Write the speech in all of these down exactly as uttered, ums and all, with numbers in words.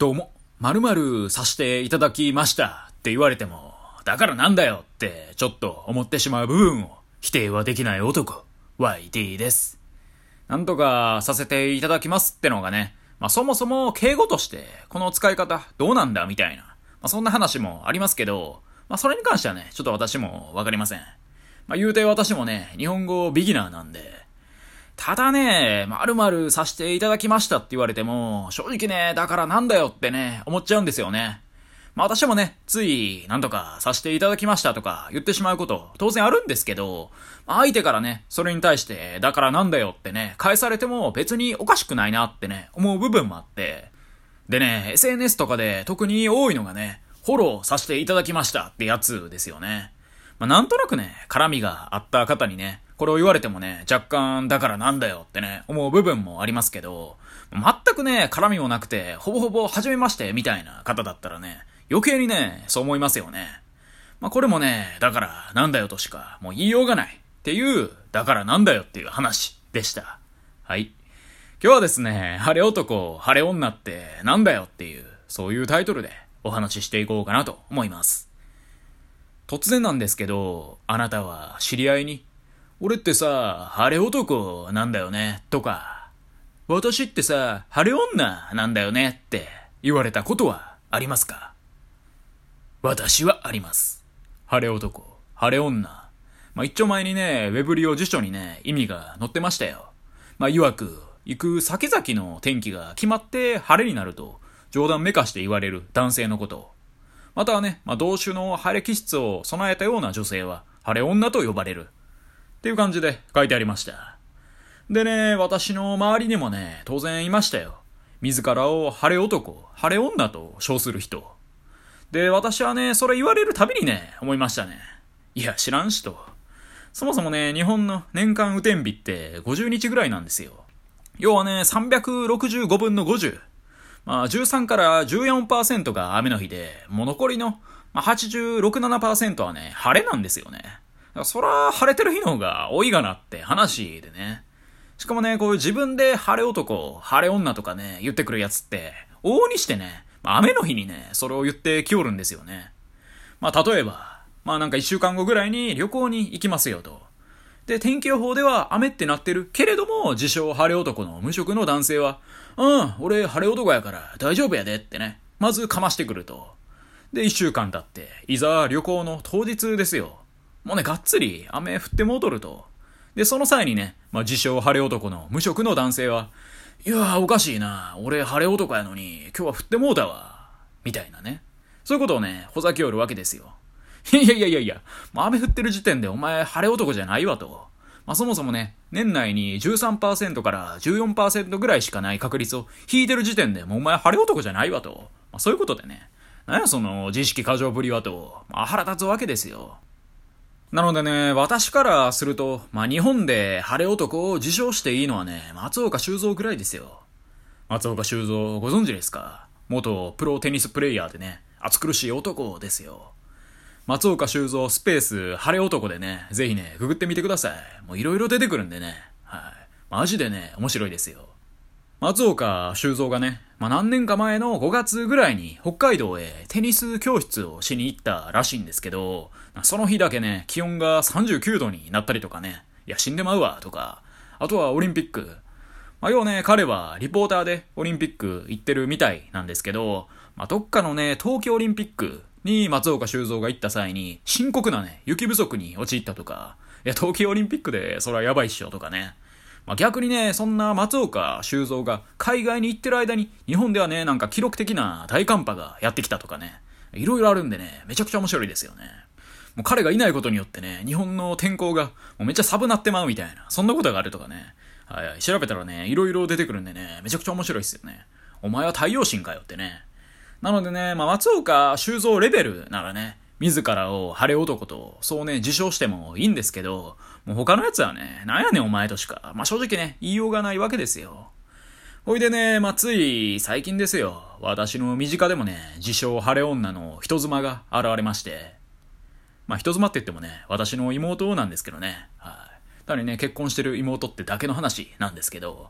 どうも、〇〇させていただきましたって言われても、だからなんだよってちょっと思ってしまう部分を否定はできない男、ワイティー です。なんとかさせていただきますってのがね、まあそもそも敬語としてこの使い方どうなんだみたいな、まあそんな話もありますけど、まあそれに関してはね、ちょっと私もわかりません。まあ言うて私もね、日本語ビギナーなんで、ただね、〇〇させていただきましたって言われても、正直ね、だからなんだよってね、思っちゃうんですよね。まあ私もね、つい、なんとかさせていただきましたとか言ってしまうこと、当然あるんですけど、相手からね、それに対して、だからなんだよってね、返されても別におかしくないなってね、思う部分もあって、でね、エスエヌエス とかで特に多いのがね、フォローさせていただきましたってやつですよね。まあなんとなくね、絡みがあった方にね、これを言われてもね、若干だからなんだよってね、思う部分もありますけど、全くね、絡みもなくて、ほぼほぼ初めましてみたいな方だったらね、余計にね、そう思いますよね。まあこれもね、だからなんだよとしかもう言いようがないっていう、だからなんだよっていう話でした。はい。今日はですね、晴れ男、晴れ女ってなんだよっていう、そういうタイトルでお話ししていこうかなと思います。突然なんですけど、あなたは知り合いに、俺ってさ、晴れ男なんだよね、とか、私ってさ、晴れ女なんだよねって言われたことはありますか？私はあります。晴れ男、晴れ女。まあ、一丁前にね、ウェブ利用辞書にね、意味が載ってましたよ。まあ、曰く、行く先々の天気が決まって晴れになると、冗談めかして言われる男性のことを。またはね、まあ、同種の晴れ気質を備えたような女性は、晴れ女と呼ばれる。っていう感じで書いてありました。でね、私の周りにもね、当然いましたよ。自らを晴れ男、晴れ女と称する人。で、私はね、それ言われるたびにね、思いましたね。いや、知らんしと。そもそもね、日本の年間雨天日ってごじゅうにちぐらいなんですよ。要はね、さんびゃくろくじゅうごぶんのごじゅう。まあ、じゅうさんからじゅうよんパーセント が雨の日で、もう残りの、まあ、はちじゅうろく、ななパーセント はね、晴れなんですよね。だからそら、晴れてる日の方が多いがなって話でね。しかもね、こういう自分で晴れ男、晴れ女とかね、言ってくるやつって、往々にしてね、雨の日にね、それを言ってきおるんですよね。まあ、例えば、まあなんかいっしゅうかんごぐらいに旅行に行きますよと。で、天気予報では雨ってなってるけれども、自称晴れ男の無職の男性は、うん、俺晴れ男やから大丈夫やでってね、まずかましてくると。で、いっしゅうかん経って、いざ旅行の当日ですよ。もうね、がっつり雨降って戻ると。で、その際にね、まあ自称晴れ男の無職の男性は、いやーおかしいな、俺晴れ男やのに、今日は降ってもうたわ。みたいなね。そういうことをね、ほざきおるわけですよ。いやいやいやいや、まあ、雨降ってる時点でお前晴れ男じゃないわと。まあ、そもそもね、年内に じゅうさんパーセント から じゅうよんパーセント ぐらいしかない確率を引いてる時点でもうお前晴れ男じゃないわと。まあ、そういうことでね。なんやその自意識過剰ぶりはと。まあ、腹立つわけですよ。なのでね、私からすると、まあ、日本で晴れ男を自称していいのはね、松岡修造ぐらいですよ。松岡修造ご存知ですか？元プロテニスプレイヤーでね、暑苦しい男ですよ。松岡修造スペース晴れ男でね、ぜひね、ググってみてください。もういろいろ出てくるんでね。はい。マジでね、面白いですよ。松岡修造がね、まあ、何年か前のごがつぐらいに北海道へテニス教室をしに行ったらしいんですけど、その日だけね、気温がさんじゅうきゅうどになったりとかね、いや死んでまうわとか、あとはオリンピック。まあ、要はね、彼はリポーターでオリンピック行ってるみたいなんですけど、まあ、どっかのね、冬季オリンピックに松岡修造が行った際に深刻なね、雪不足に陥ったとか、いや、冬季オリンピックでそれはやばいっしょとかね。まあ、逆にね、そんな松岡修造が海外に行ってる間に日本ではね、なんか記録的な大寒波がやってきたとかね。いろいろあるんでね、めちゃくちゃ面白いですよね。もう彼がいないことによってね、日本の天候がもうめっちゃ寒なってまうみたいな、そんなことがあるとかね。はいはい、調べたらね、いろいろ出てくるんでね、めちゃくちゃ面白いですよね。お前は太陽神かよってね。なのでね、まあ、松岡修造レベルならね、自らを晴れ男と、そうね、自称してもいいんですけど、もう他のやつはね、なんやねんお前としか、まあ、正直ね、言いようがないわけですよ。ほいでね、まあ、つい最近ですよ、私の身近でもね、自称晴れ女の人妻が現れまして、まあ、人妻って言ってもね、私の妹なんですけどね、はい。だからね、結婚してる妹ってだけの話なんですけど、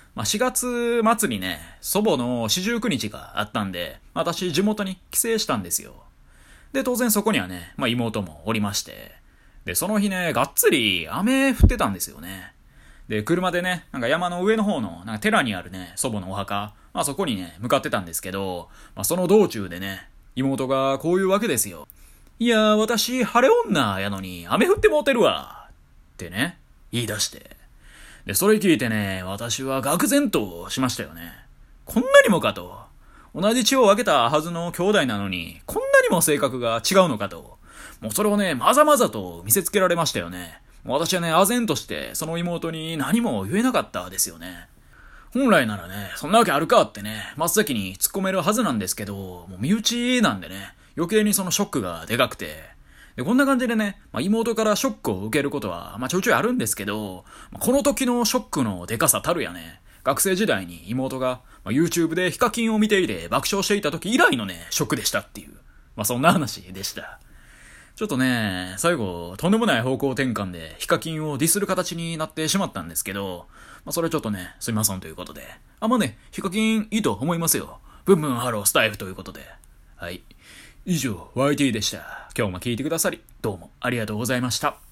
まあ、しがつ末にね、祖母の四十九日があったんで、私地元に帰省したんですよ。で、当然そこにはね、まあ、妹もおりまして。で、その日ね、がっつり雨降ってたんですよね。で、車でね、なんか山の上の方の、なんか寺にあるね、祖母のお墓、まあそこにね、向かってたんですけど、まあその道中でね、妹がこういうわけですよ。いやー、私、晴れ女やのに雨降ってもうてるわ。ってね、言い出して。で、それ聞いてね、私は愕然としましたよね。こんなにもかと。同じ血を分けたはずの兄弟なのに、こんなにも性格が違うのかと。もうそれをね、まざまざと見せつけられましたよね。私はね、唖然として、その妹に何も言えなかったですよね。本来ならね、そんなわけあるかってね、真っ先に突っ込めるはずなんですけど、もう身内なんでね、余計にそのショックがでかくて。で、こんな感じでね、まあ、妹からショックを受けることは、まあ、ちょいちょいあるんですけど、まあ、この時のショックのでかさたるやね、学生時代に妹が、まあ、YouTube でヒカキンを見ていて爆笑していた時以来のね、ショックでしたっていう、まあ、そんな話でした。ちょっとね、最後、とんでもない方向転換で、ヒカキンをディスる形になってしまったんですけど、まあ、それちょっとね、すみませんということで。あ、まあね、ヒカキンいいと思いますよ。ブンブンハロースタイフということで。はい。以上、ワイティー でした。今日も聞いてくださり、どうもありがとうございました。